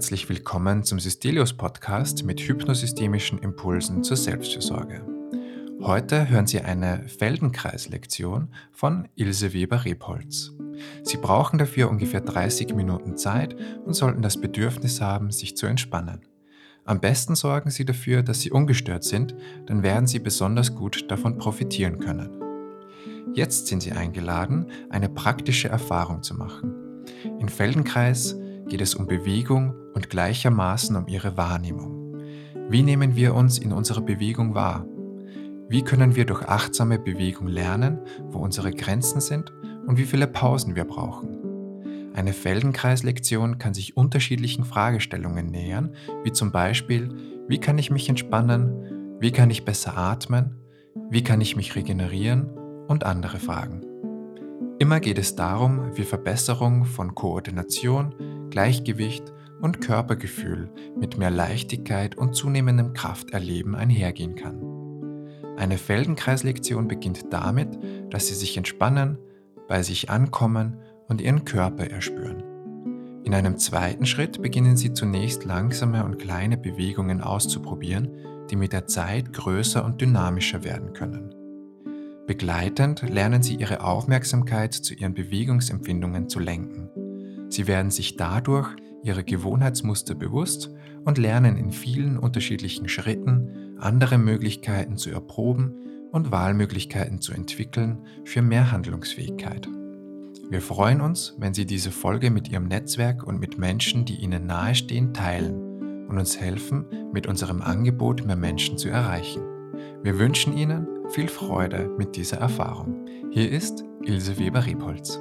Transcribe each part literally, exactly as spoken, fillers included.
Herzlich willkommen zum Systelius-Podcast mit hypnosystemischen Impulsen zur Selbstfürsorge. Heute hören Sie eine Feldenkreis-Lektion von Ilse Weber-Rebholz. Sie brauchen dafür ungefähr dreißig Minuten Zeit und sollten das Bedürfnis haben, sich zu entspannen. Am besten sorgen Sie dafür, dass Sie ungestört sind, dann werden Sie besonders gut davon profitieren können. Jetzt sind Sie eingeladen, eine praktische Erfahrung zu machen. In Feldenkreis geht es um Bewegung und gleichermaßen um ihre Wahrnehmung. Wie nehmen wir uns in unserer Bewegung wahr? Wie können wir durch achtsame Bewegung lernen, wo unsere Grenzen sind und wie viele Pausen wir brauchen? Eine Feldenkreis-Lektion kann sich unterschiedlichen Fragestellungen nähern, wie zum Beispiel: Wie kann ich mich entspannen? Wie kann ich besser atmen? Wie kann ich mich regenerieren? Und andere Fragen. Immer geht es darum, wie Verbesserung von Koordination, Gleichgewicht und Körpergefühl mit mehr Leichtigkeit und zunehmendem Krafterleben einhergehen kann. Eine Feldenkreis-Lektion beginnt damit, dass Sie sich entspannen, bei sich ankommen und Ihren Körper erspüren. In einem zweiten Schritt beginnen Sie zunächst langsame und kleine Bewegungen auszuprobieren, die mit der Zeit größer und dynamischer werden können. Begleitend lernen Sie Ihre Aufmerksamkeit zu Ihren Bewegungsempfindungen zu lenken. Sie werden sich dadurch Ihrer Gewohnheitsmuster bewusst und lernen in vielen unterschiedlichen Schritten andere Möglichkeiten zu erproben und Wahlmöglichkeiten zu entwickeln für mehr Handlungsfähigkeit. Wir freuen uns, wenn Sie diese Folge mit Ihrem Netzwerk und mit Menschen, die Ihnen nahestehen, teilen und uns helfen, mit unserem Angebot mehr Menschen zu erreichen. Wir wünschen Ihnen viel Freude mit dieser Erfahrung. Hier ist Ilse Weber-Rebholz.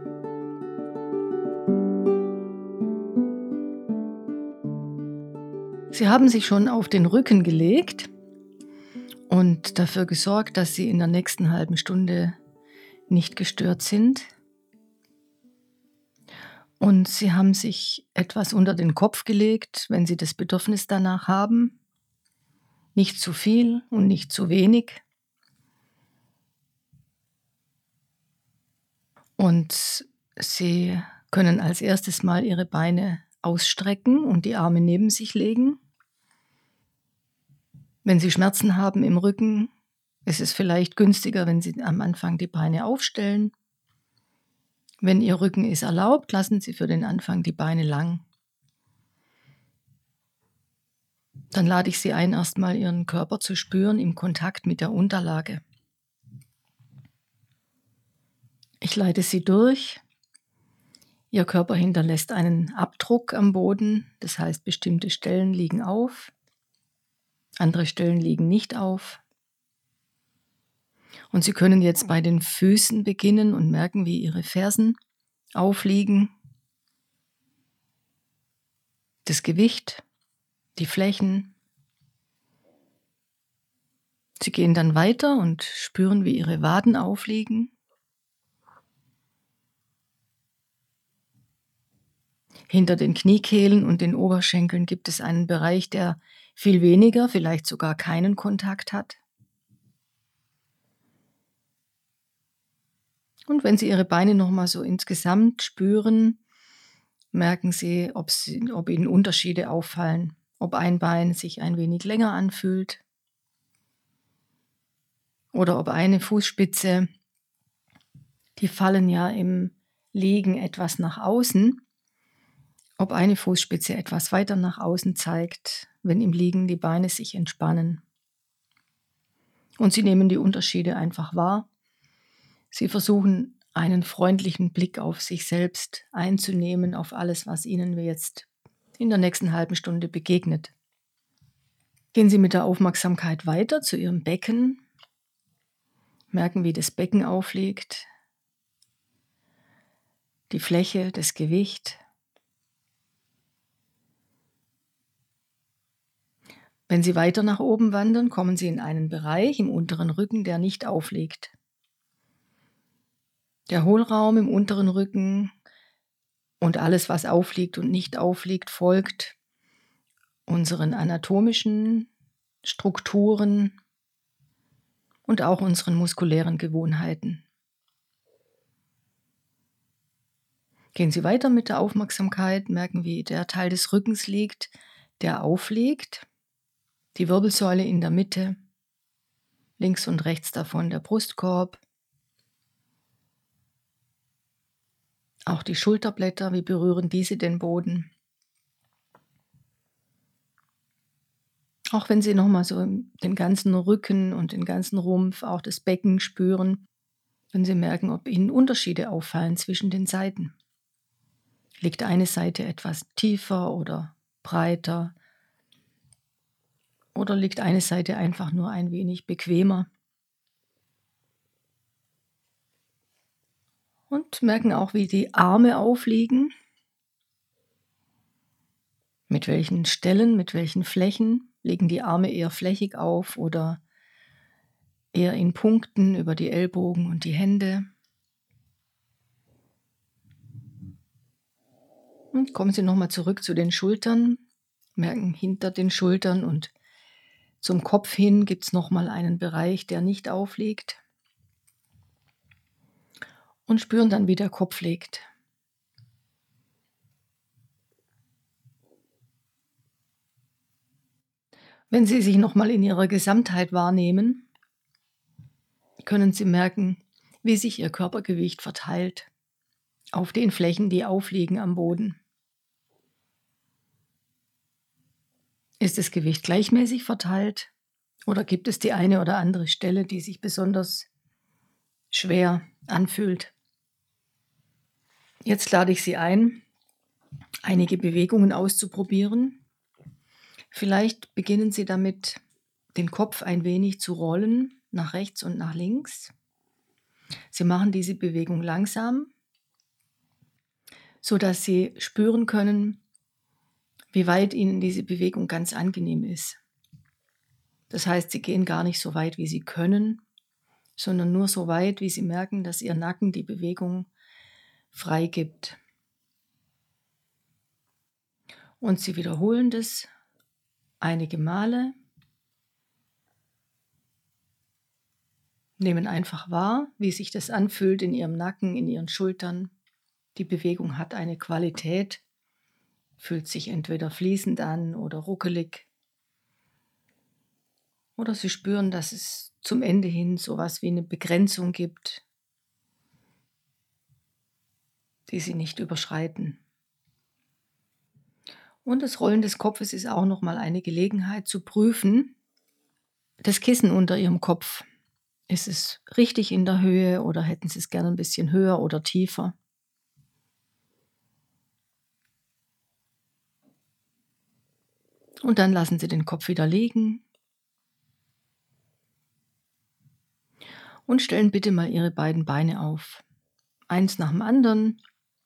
Sie haben sich schon auf den Rücken gelegt und dafür gesorgt, dass Sie in der nächsten halben Stunde nicht gestört sind. Und Sie haben sich etwas unter den Kopf gelegt, wenn Sie das Bedürfnis danach haben. Nicht zu viel und nicht zu wenig. Und Sie können als erstes mal Ihre Beine ausstrecken und die Arme neben sich legen. Wenn Sie Schmerzen haben im Rücken, ist es vielleicht günstiger, wenn Sie am Anfang die Beine aufstellen. Wenn Ihr Rücken es erlaubt, lassen Sie für den Anfang die Beine lang. Dann lade ich Sie ein, erstmal Ihren Körper zu spüren im Kontakt mit der Unterlage. Ich leite Sie durch. Ihr Körper hinterlässt einen Abdruck am Boden, das heißt, bestimmte Stellen liegen auf, andere Stellen liegen nicht auf. Und Sie können jetzt bei den Füßen beginnen und merken, wie Ihre Fersen aufliegen. Das Gewicht, die Flächen. Sie gehen dann weiter und spüren, wie Ihre Waden aufliegen. Hinter den Kniekehlen und den Oberschenkeln gibt es einen Bereich, der viel weniger, vielleicht sogar keinen Kontakt hat. Und wenn Sie Ihre Beine nochmal so insgesamt spüren, merken Sie, ob Sie, ob Ihnen Unterschiede auffallen, ob ein Bein sich ein wenig länger anfühlt oder ob eine Fußspitze, die fallen ja im Liegen etwas nach außen, ob eine Fußspitze etwas weiter nach außen zeigt, wenn im Liegen die Beine sich entspannen. Und Sie nehmen die Unterschiede einfach wahr. Sie versuchen, einen freundlichen Blick auf sich selbst einzunehmen, auf alles, was Ihnen jetzt in der nächsten halben Stunde begegnet. Gehen Sie mit der Aufmerksamkeit weiter zu Ihrem Becken. Merken, wie das Becken aufliegt, die Fläche, das Gewicht. Wenn Sie weiter nach oben wandern, kommen Sie in einen Bereich im unteren Rücken, der nicht aufliegt. Der Hohlraum im unteren Rücken und alles, was aufliegt und nicht aufliegt, folgt unseren anatomischen Strukturen und auch unseren muskulären Gewohnheiten. Gehen Sie weiter mit der Aufmerksamkeit, merken, wie der Teil des Rückens liegt, der aufliegt, die Wirbelsäule in der Mitte, links und rechts davon der Brustkorb, auch die Schulterblätter, wie berühren diese den Boden. Auch wenn Sie nochmal so den ganzen Rücken und den ganzen Rumpf, auch das Becken spüren, können Sie merken, ob Ihnen Unterschiede auffallen zwischen den Seiten. Liegt eine Seite etwas tiefer oder breiter? Oder liegt eine Seite einfach nur ein wenig bequemer? Und merken auch, wie die Arme aufliegen. Mit welchen Stellen, mit welchen Flächen liegen die Arme eher flächig auf oder eher in Punkten über die Ellbogen und die Hände. Und kommen Sie nochmal zurück zu den Schultern. Merken, hinter den Schultern und zum Kopf hin gibt es nochmal einen Bereich, der nicht aufliegt. Und spüren dann, wie der Kopf liegt. Wenn Sie sich nochmal in Ihrer Gesamtheit wahrnehmen, können Sie merken, wie sich Ihr Körpergewicht verteilt auf den Flächen, die aufliegen am Boden. Ist das Gewicht gleichmäßig verteilt oder gibt es die eine oder andere Stelle, die sich besonders schwer anfühlt? Jetzt lade ich Sie ein, einige Bewegungen auszuprobieren. Vielleicht beginnen Sie damit, den Kopf ein wenig zu rollen, nach rechts und nach links. Sie machen diese Bewegung langsam, sodass Sie spüren können, wie weit Ihnen diese Bewegung ganz angenehm ist. Das heißt, Sie gehen gar nicht so weit, wie Sie können, sondern nur so weit, wie Sie merken, dass Ihr Nacken die Bewegung freigibt. Und Sie wiederholen das einige Male, nehmen einfach wahr, wie sich das anfühlt in Ihrem Nacken, in Ihren Schultern. Die Bewegung hat eine Qualität, fühlt sich entweder fließend an oder ruckelig. Oder Sie spüren, dass es zum Ende hin sowas wie eine Begrenzung gibt, die Sie nicht überschreiten. Und das Rollen des Kopfes ist auch nochmal eine Gelegenheit zu prüfen, das Kissen unter Ihrem Kopf. Ist es richtig in der Höhe oder hätten Sie es gerne ein bisschen höher oder tiefer? Und dann lassen Sie den Kopf wieder liegen und stellen bitte mal Ihre beiden Beine auf. Eins nach dem anderen,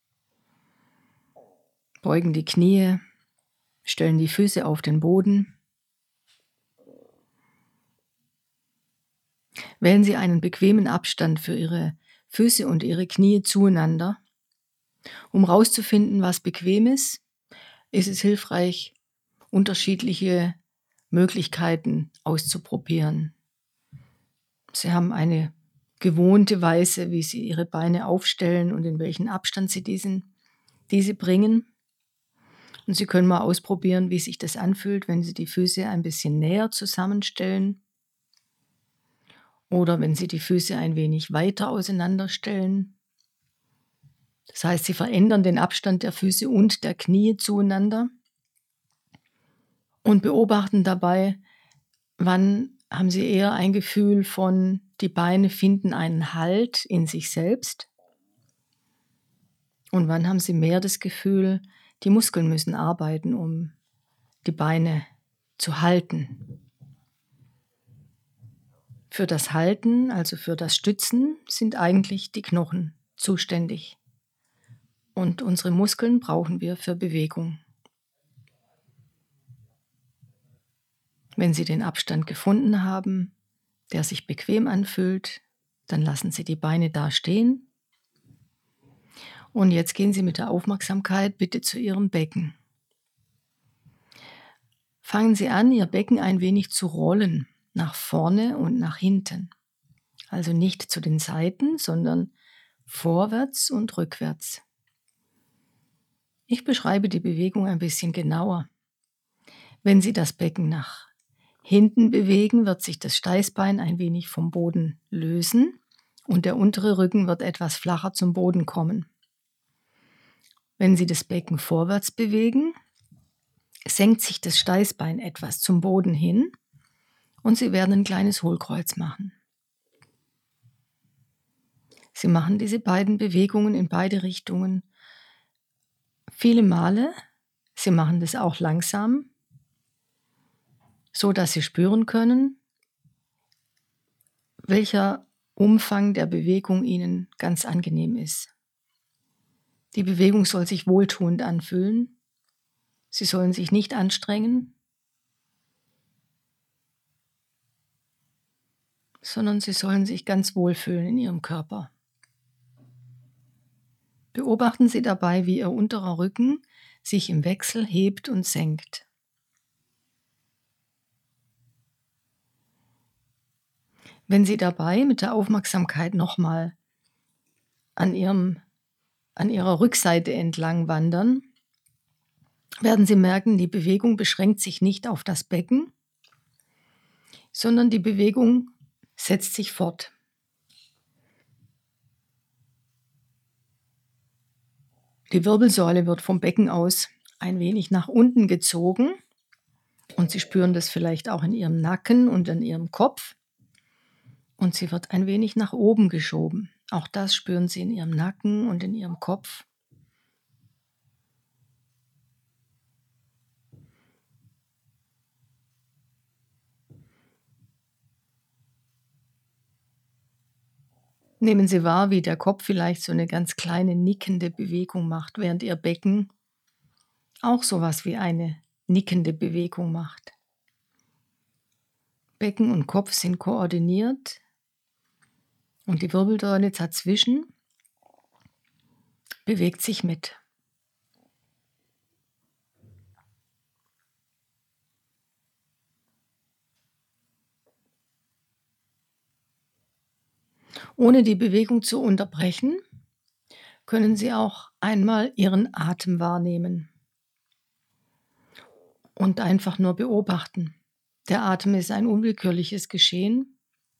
beugen die Knie, stellen die Füße auf den Boden. Wählen Sie einen bequemen Abstand für Ihre Füße und Ihre Knie zueinander. Um herauszufinden, was bequem ist, ist es hilfreich, unterschiedliche Möglichkeiten auszuprobieren. Sie haben eine gewohnte Weise, wie Sie Ihre Beine aufstellen und in welchen Abstand Sie diesen, diese bringen. Und Sie können mal ausprobieren, wie sich das anfühlt, wenn Sie die Füße ein bisschen näher zusammenstellen oder wenn Sie die Füße ein wenig weiter auseinanderstellen. Das heißt, Sie verändern den Abstand der Füße und der Knie zueinander und beobachten dabei, wann haben Sie eher ein Gefühl von, die Beine finden einen Halt in sich selbst und wann haben Sie mehr das Gefühl, die Muskeln müssen arbeiten, um die Beine zu halten. Für das Halten, also für das Stützen, sind eigentlich die Knochen zuständig. Und unsere Muskeln brauchen wir für Bewegung. Wenn Sie den Abstand gefunden haben, der sich bequem anfühlt, dann lassen Sie die Beine da stehen. Und jetzt gehen Sie mit der Aufmerksamkeit bitte zu Ihrem Becken. Fangen Sie an, Ihr Becken ein wenig zu rollen, nach vorne und nach hinten. Also nicht zu den Seiten, sondern vorwärts und rückwärts. Ich beschreibe die Bewegung ein bisschen genauer. Wenn Sie das Becken nach hinten bewegen, wird sich das Steißbein ein wenig vom Boden lösen und der untere Rücken wird etwas flacher zum Boden kommen. Wenn Sie das Becken vorwärts bewegen, senkt sich das Steißbein etwas zum Boden hin und Sie werden ein kleines Hohlkreuz machen. Sie machen diese beiden Bewegungen in beide Richtungen viele Male. Sie machen das auch langsam, so dass Sie spüren können, welcher Umfang der Bewegung Ihnen ganz angenehm ist. Die Bewegung soll sich wohltuend anfühlen. Sie sollen sich nicht anstrengen, sondern Sie sollen sich ganz wohlfühlen in Ihrem Körper. Beobachten Sie dabei, wie Ihr unterer Rücken sich im Wechsel hebt und senkt. Wenn Sie dabei mit der Aufmerksamkeit nochmal an Ihrem, an Ihrer Rückseite entlang wandern, werden Sie merken, die Bewegung beschränkt sich nicht auf das Becken, sondern die Bewegung setzt sich fort. Die Wirbelsäule wird vom Becken aus ein wenig nach unten gezogen und Sie spüren das vielleicht auch in Ihrem Nacken und in Ihrem Kopf. Und sie wird ein wenig nach oben geschoben. Auch das spüren Sie in Ihrem Nacken und in Ihrem Kopf. Nehmen Sie wahr, wie der Kopf vielleicht so eine ganz kleine nickende Bewegung macht, während Ihr Becken auch sowas wie eine nickende Bewegung macht. Becken und Kopf sind koordiniert und die Wirbelsäule dazwischen bewegt sich mit. Ohne die Bewegung zu unterbrechen, können Sie auch einmal Ihren Atem wahrnehmen und einfach nur beobachten. Der Atem ist ein unwillkürliches Geschehen.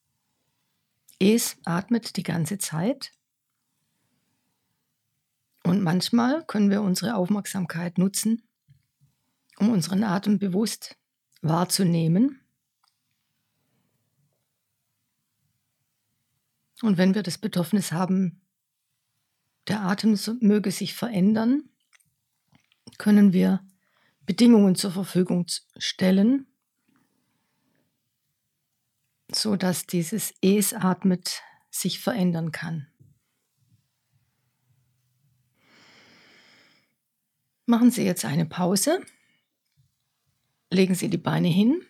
Es atmet die ganze Zeit. Und manchmal können wir unsere Aufmerksamkeit nutzen, um unseren Atem bewusst wahrzunehmen. Und wenn wir das Bedürfnis haben, der Atem möge sich verändern, können wir Bedingungen zur Verfügung stellen, sodass dieses Es atmet sich verändern kann. Machen Sie jetzt eine Pause, legen Sie die Beine hin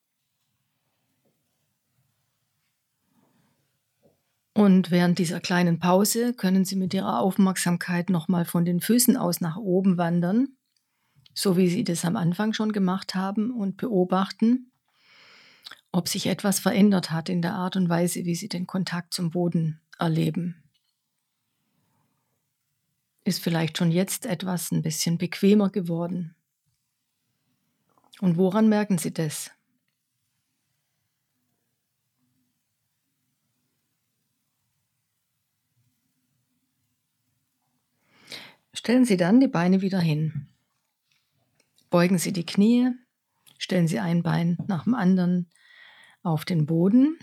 und während dieser kleinen Pause können Sie mit Ihrer Aufmerksamkeit nochmal von den Füßen aus nach oben wandern, so wie Sie das am Anfang schon gemacht haben, und beobachten, ob sich etwas verändert hat in der Art und Weise, wie Sie den Kontakt zum Boden erleben. Ist vielleicht schon jetzt etwas ein bisschen bequemer geworden? Und woran merken Sie das? Stellen Sie dann die Beine wieder hin. Beugen Sie die Knie, stellen Sie ein Bein nach dem anderen auf den Boden.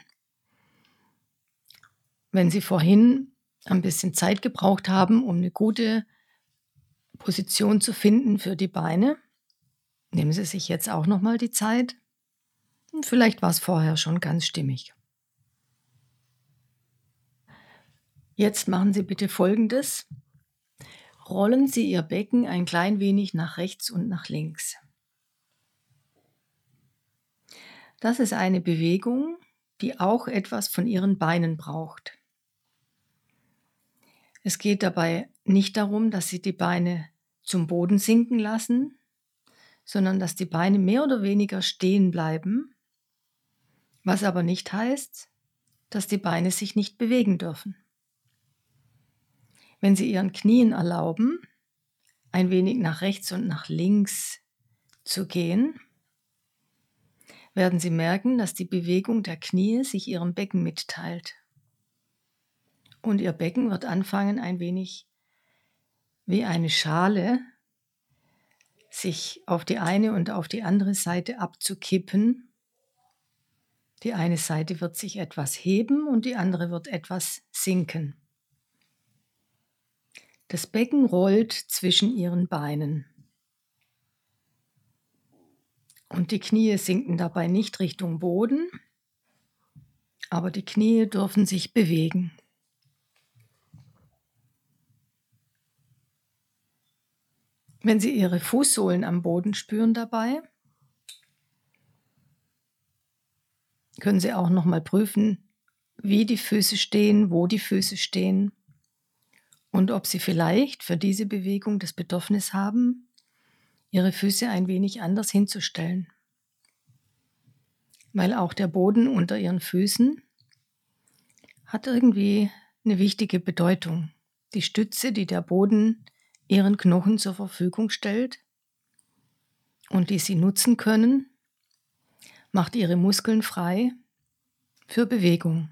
Wenn Sie vorhin ein bisschen Zeit gebraucht haben, um eine gute Position zu finden für die Beine, nehmen Sie sich jetzt auch nochmal die Zeit. Und vielleicht war es vorher schon ganz stimmig. Jetzt machen Sie bitte Folgendes. Rollen Sie Ihr Becken ein klein wenig nach rechts und nach links. Das ist eine Bewegung, die auch etwas von Ihren Beinen braucht. Es geht dabei nicht darum, dass Sie die Beine zum Boden sinken lassen, sondern dass die Beine mehr oder weniger stehen bleiben, was aber nicht heißt, dass die Beine sich nicht bewegen dürfen. Wenn Sie Ihren Knien erlauben, ein wenig nach rechts und nach links zu gehen, werden Sie merken, dass die Bewegung der Knie sich Ihrem Becken mitteilt. Und Ihr Becken wird anfangen, ein wenig wie eine Schale sich auf die eine und auf die andere Seite abzukippen. Die eine Seite wird sich etwas heben und die andere wird etwas sinken. Das Becken rollt zwischen Ihren Beinen. Und die Knie sinken dabei nicht Richtung Boden, aber die Knie dürfen sich bewegen. Wenn Sie Ihre Fußsohlen am Boden spüren dabei, können Sie auch noch mal prüfen, wie die Füße stehen, wo die Füße stehen und ob Sie vielleicht für diese Bewegung das Bedürfnis haben, Ihre Füße ein wenig anders hinzustellen. Weil auch der Boden unter Ihren Füßen hat irgendwie eine wichtige Bedeutung. Die Stütze, die der Boden Ihren Knochen zur Verfügung stellt und die Sie nutzen können, macht Ihre Muskeln frei für Bewegung.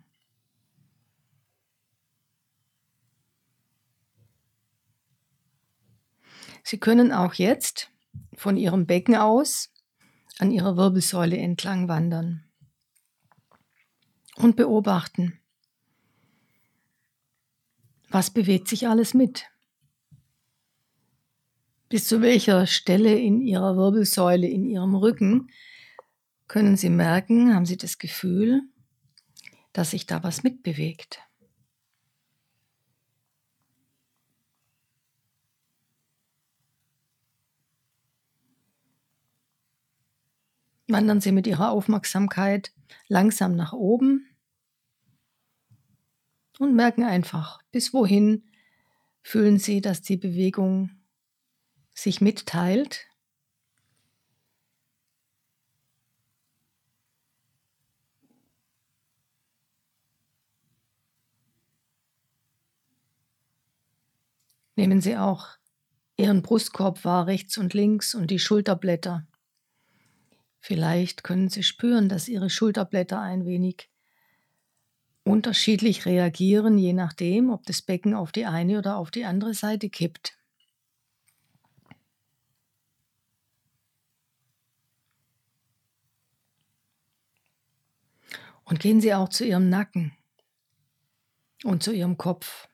Sie können auch jetzt von Ihrem Becken aus an Ihrer Wirbelsäule entlang wandern und beobachten, was bewegt sich alles mit. Bis zu welcher Stelle in Ihrer Wirbelsäule, in Ihrem Rücken, können Sie merken, haben Sie das Gefühl, dass sich da was mitbewegt. Wandern Sie mit Ihrer Aufmerksamkeit langsam nach oben und merken einfach, bis wohin fühlen Sie, dass die Bewegung sich mitteilt. Nehmen Sie auch Ihren Brustkorb wahr, rechts und links, und die Schulterblätter. Vielleicht können Sie spüren, dass Ihre Schulterblätter ein wenig unterschiedlich reagieren, je nachdem, ob das Becken auf die eine oder auf die andere Seite kippt. Und gehen Sie auch zu Ihrem Nacken und zu Ihrem Kopf.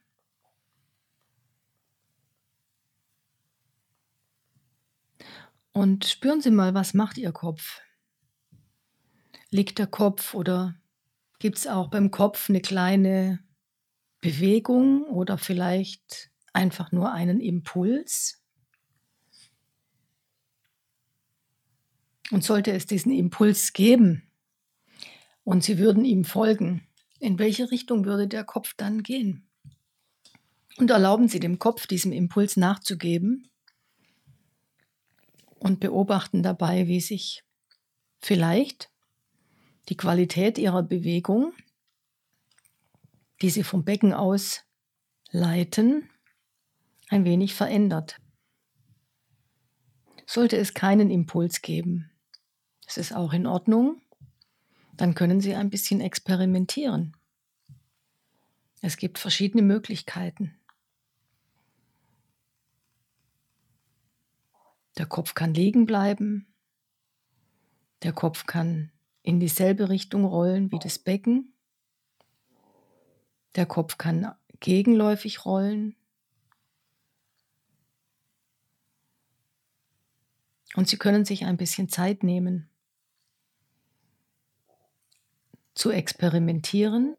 Und spüren Sie mal, was macht Ihr Kopf? Liegt der Kopf oder gibt es auch beim Kopf eine kleine Bewegung oder vielleicht einfach nur einen Impuls? Und sollte es diesen Impuls geben und Sie würden ihm folgen, in welche Richtung würde der Kopf dann gehen? Und erlauben Sie dem Kopf, diesem Impuls nachzugeben und beobachten dabei, wie sich vielleicht die Qualität Ihrer Bewegung, die Sie vom Becken aus leiten, ein wenig verändert. Sollte es keinen Impuls geben, das ist auch in Ordnung, dann können Sie ein bisschen experimentieren. Es gibt verschiedene Möglichkeiten. Der Kopf kann liegen bleiben, der Kopf kann in dieselbe Richtung rollen wie das Becken, der Kopf kann gegenläufig rollen und Sie können sich ein bisschen Zeit nehmen, zu experimentieren.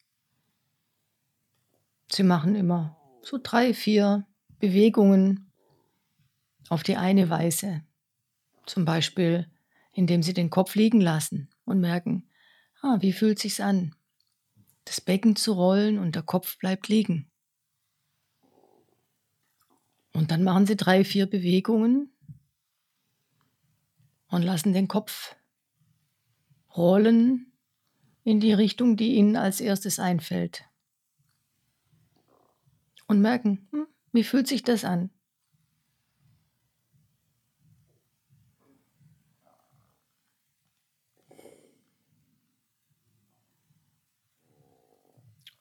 Sie machen immer so drei, vier Bewegungen auf die eine Weise. Zum Beispiel, indem Sie den Kopf liegen lassen und merken, ah, wie fühlt es sich an, das Becken zu rollen und der Kopf bleibt liegen. Und dann machen Sie drei, vier Bewegungen und lassen den Kopf rollen in die Richtung, die Ihnen als erstes einfällt. Und merken, hm, wie fühlt sich das an?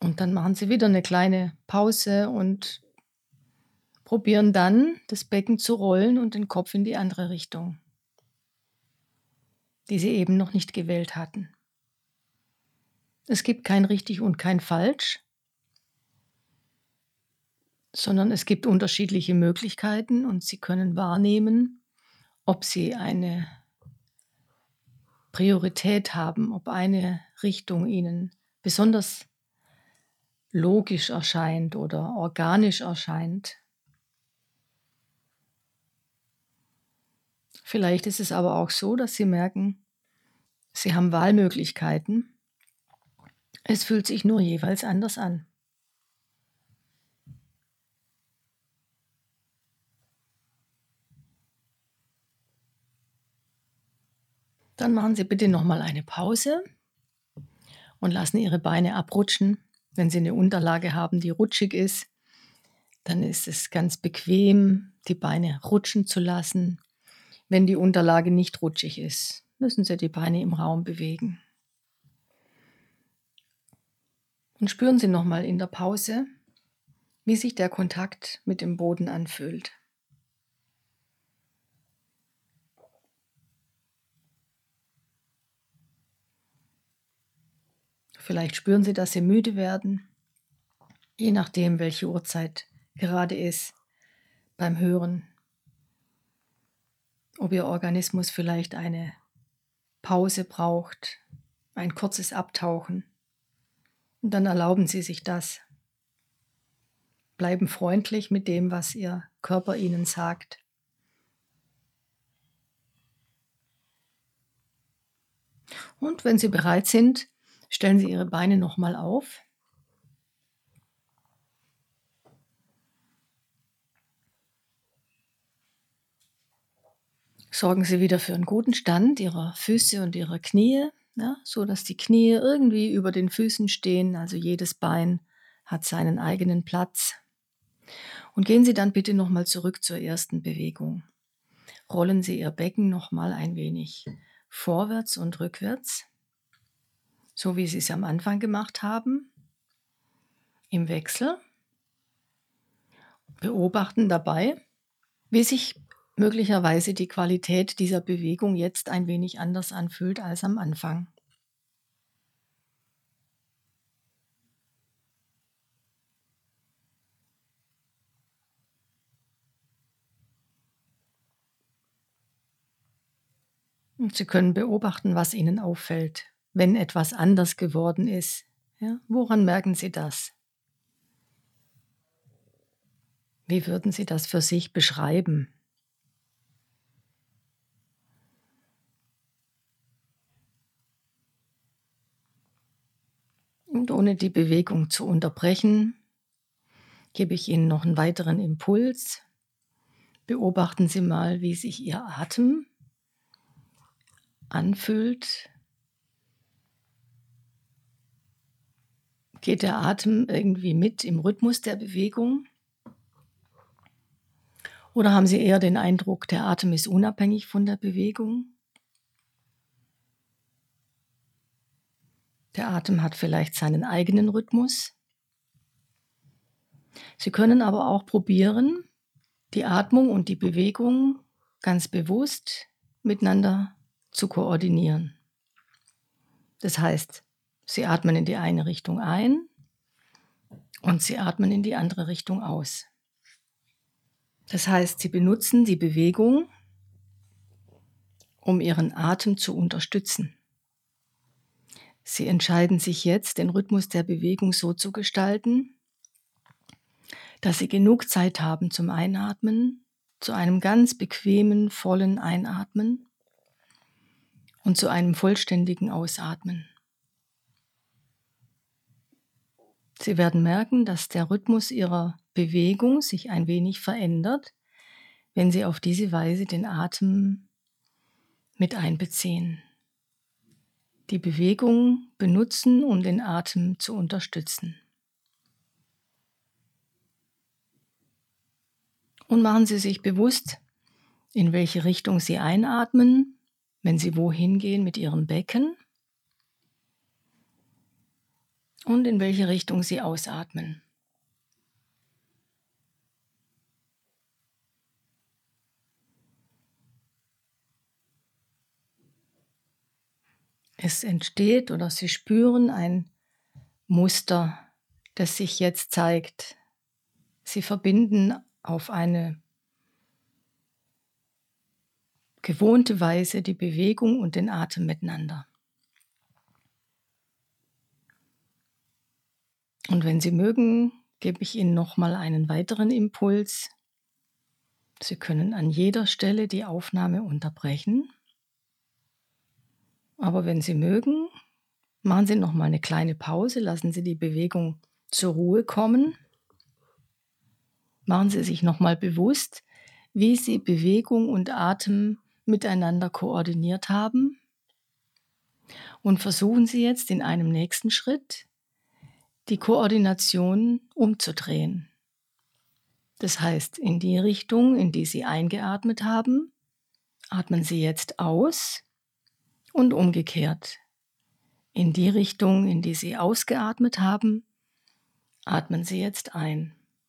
Und dann machen Sie wieder eine kleine Pause und probieren dann, das Becken zu rollen und den Kopf in die andere Richtung, die Sie eben noch nicht gewählt hatten. Es gibt kein richtig und kein falsch, sondern es gibt unterschiedliche Möglichkeiten und Sie können wahrnehmen, ob Sie eine Priorität haben, ob eine Richtung Ihnen besonders logisch erscheint oder organisch erscheint. Vielleicht ist es aber auch so, dass Sie merken, Sie haben Wahlmöglichkeiten. Es fühlt sich nur jeweils anders an. Dann machen Sie bitte nochmal eine Pause und lassen Ihre Beine abrutschen. Wenn Sie eine Unterlage haben, die rutschig ist, dann ist es ganz bequem, die Beine rutschen zu lassen. Wenn die Unterlage nicht rutschig ist, müssen Sie die Beine im Raum bewegen. Und spüren Sie nochmal in der Pause, wie sich der Kontakt mit dem Boden anfühlt. Vielleicht spüren Sie, dass Sie müde werden, je nachdem, welche Uhrzeit gerade ist beim Hören. Ob Ihr Organismus vielleicht eine Pause braucht, ein kurzes Abtauchen. Und dann erlauben Sie sich das. Bleiben freundlich mit dem, was Ihr Körper Ihnen sagt. Und wenn Sie bereit sind, stellen Sie Ihre Beine nochmal auf. Sorgen Sie wieder für einen guten Stand Ihrer Füße und Ihrer Knie, ja, so dass die Knie irgendwie über den Füßen stehen, also jedes Bein hat seinen eigenen Platz. Und gehen Sie dann bitte nochmal zurück zur ersten Bewegung. Rollen Sie Ihr Becken nochmal ein wenig vorwärts und rückwärts, so wie Sie es am Anfang gemacht haben, im Wechsel. Beobachten dabei, wie sich möglicherweise die Qualität dieser Bewegung jetzt ein wenig anders anfühlt als am Anfang. Und Sie können beobachten, was Ihnen auffällt, wenn etwas anders geworden ist. Ja, woran merken Sie das? Wie würden Sie das für sich beschreiben? Und ohne die Bewegung zu unterbrechen, gebe ich Ihnen noch einen weiteren Impuls. Beobachten Sie mal, wie sich Ihr Atem anfühlt. Geht der Atem irgendwie mit im Rhythmus der Bewegung? Oder haben Sie eher den Eindruck, der Atem ist unabhängig von der Bewegung? Der Atem hat vielleicht seinen eigenen Rhythmus. Sie können aber auch probieren, die Atmung und die Bewegung ganz bewusst miteinander zu koordinieren. Das heißt, Sie atmen in die eine Richtung ein und Sie atmen in die andere Richtung aus. Das heißt, Sie benutzen die Bewegung, um Ihren Atem zu unterstützen. Sie entscheiden sich jetzt, den Rhythmus der Bewegung so zu gestalten, dass Sie genug Zeit haben zum Einatmen, zu einem ganz bequemen, vollen Einatmen und zu einem vollständigen Ausatmen. Sie werden merken, dass der Rhythmus Ihrer Bewegung sich ein wenig verändert, wenn Sie auf diese Weise den Atem mit einbeziehen. Die Bewegung benutzen, um den Atem zu unterstützen. Und machen Sie sich bewusst, in welche Richtung Sie einatmen, wenn Sie wohin gehen mit Ihrem Becken. und in welche Richtung Sie ausatmen. Es entsteht oder Sie spüren ein Muster, das sich jetzt zeigt. Sie verbinden auf eine gewohnte Weise die Bewegung und den Atem miteinander. Und wenn Sie mögen, gebe ich Ihnen nochmal einen weiteren Impuls. Sie können an jeder Stelle die Aufnahme unterbrechen. Aber wenn Sie mögen, machen Sie nochmal eine kleine Pause, lassen Sie die Bewegung zur Ruhe kommen. Machen Sie sich nochmal bewusst, wie Sie Bewegung und Atem miteinander koordiniert haben. Und versuchen Sie jetzt in einem nächsten Schritt, die Koordination umzudrehen. Das heißt, in die Richtung, in die Sie eingeatmet haben, atmen Sie jetzt aus und umgekehrt. In die Richtung, in die Sie ausgeatmet haben, atmen Sie jetzt ein.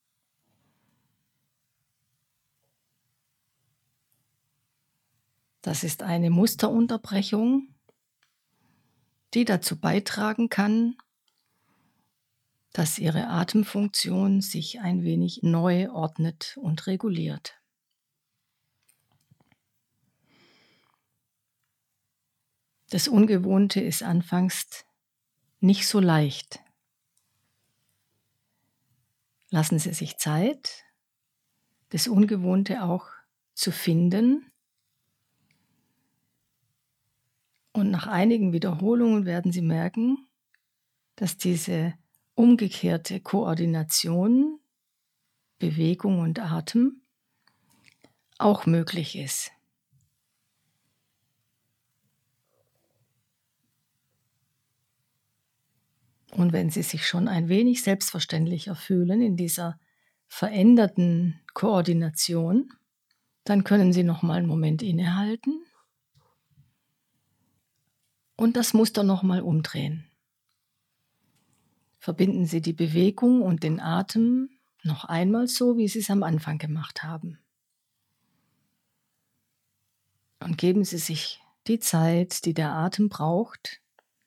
Das ist eine Musterunterbrechung, die dazu beitragen kann, dass Ihre Atemfunktion sich ein wenig neu ordnet und reguliert. Das Ungewohnte ist anfangs nicht so leicht. Lassen Sie sich Zeit, das Ungewohnte auch zu finden. Und nach einigen Wiederholungen werden Sie merken, dass diese umgekehrte Koordination, Bewegung und Atem auch möglich ist. Und wenn Sie sich schon ein wenig selbstverständlicher fühlen in dieser veränderten Koordination, dann können Sie noch mal einen Moment innehalten und das Muster noch mal umdrehen. Verbinden Sie die Bewegung und den Atem noch einmal so, wie Sie es am Anfang gemacht haben. Und geben Sie sich die Zeit, die der Atem braucht,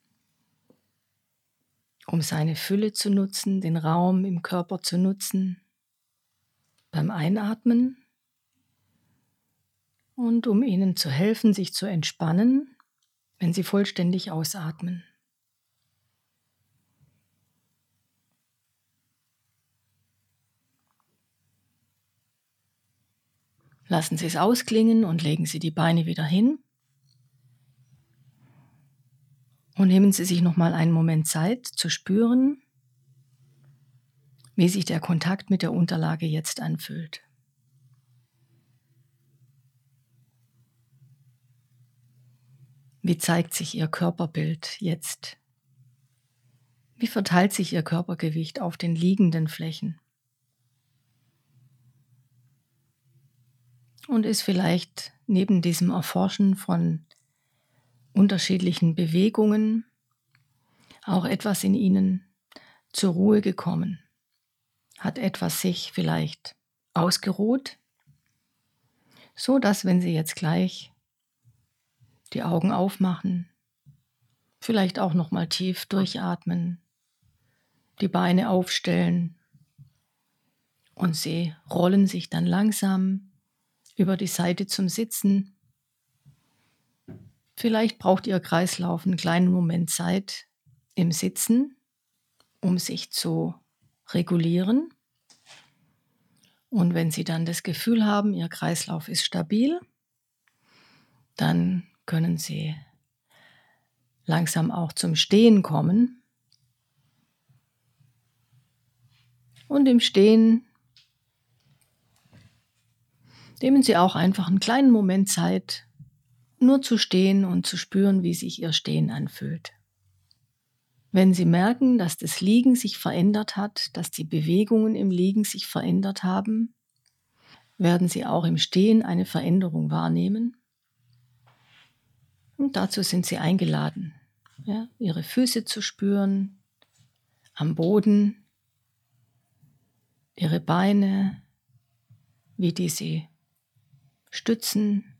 um seine Fülle zu nutzen, den Raum im Körper zu nutzen, beim Einatmen und um Ihnen zu helfen, sich zu entspannen, wenn Sie vollständig ausatmen. Lassen Sie es ausklingen und legen Sie die Beine wieder hin. Und nehmen Sie sich noch mal einen Moment Zeit zu spüren, wie sich der Kontakt mit der Unterlage jetzt anfühlt. Wie zeigt sich Ihr Körperbild jetzt? Wie verteilt sich Ihr Körpergewicht auf den liegenden Flächen? Und ist vielleicht neben diesem Erforschen von unterschiedlichen Bewegungen auch etwas in Ihnen zur Ruhe gekommen? Hat etwas sich vielleicht ausgeruht, so dass, wenn Sie jetzt gleich die Augen aufmachen, vielleicht auch noch mal tief durchatmen, die Beine aufstellen und Sie rollen sich dann langsam über die Seite zum Sitzen. Vielleicht braucht Ihr Kreislauf einen kleinen Moment Zeit im Sitzen, um sich zu regulieren. Und wenn Sie dann das Gefühl haben, Ihr Kreislauf ist stabil, dann können Sie langsam auch zum Stehen kommen. Und im Stehen nehmen Sie auch einfach einen kleinen Moment Zeit, nur zu stehen und zu spüren, wie sich Ihr Stehen anfühlt. Wenn Sie merken, dass das Liegen sich verändert hat, dass die Bewegungen im Liegen sich verändert haben, werden Sie auch im Stehen eine Veränderung wahrnehmen. Und dazu sind Sie eingeladen, ja, Ihre Füße zu spüren, am Boden, ihre Beine, wie die sie stützen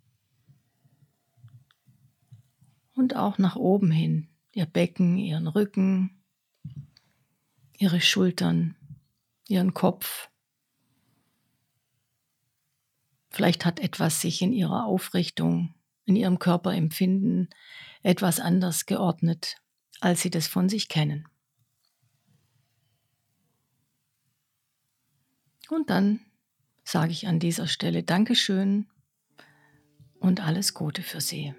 und auch nach oben hin, ihr Becken, ihren Rücken, ihre Schultern, ihren Kopf. Vielleicht hat etwas sich in ihrer Aufrichtung, in ihrem Körperempfinden etwas anders geordnet, als sie das von sich kennen. Und dann sage ich an dieser Stelle Dankeschön und alles Gute für Sie.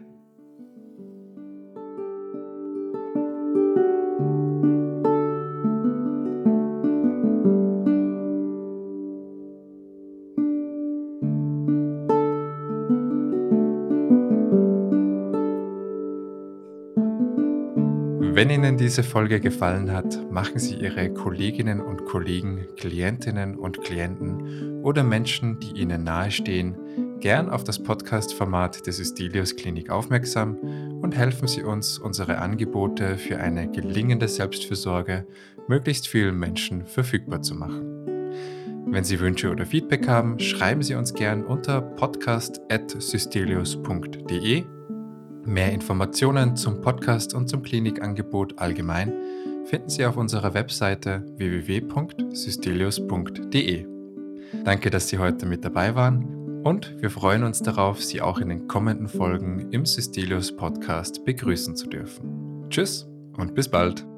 Wenn Ihnen diese Folge gefallen hat, machen Sie Ihre Kolleginnen und Kollegen, Klientinnen und Klienten oder Menschen, die Ihnen nahestehen, gern auf das Podcast-Format der Systelius Klinik aufmerksam und helfen Sie uns, unsere Angebote für eine gelingende Selbstfürsorge möglichst vielen Menschen verfügbar zu machen. Wenn Sie Wünsche oder Feedback haben, schreiben Sie uns gern unter podcast at systelius punkt de. Mehr Informationen zum Podcast und zum Klinikangebot allgemein finden Sie auf unserer Webseite w w w punkt systelius punkt de. Danke, dass Sie heute mit dabei waren und wir freuen uns darauf, Sie auch in den kommenden Folgen im Systelius Podcast begrüßen zu dürfen. Tschüss und bis bald!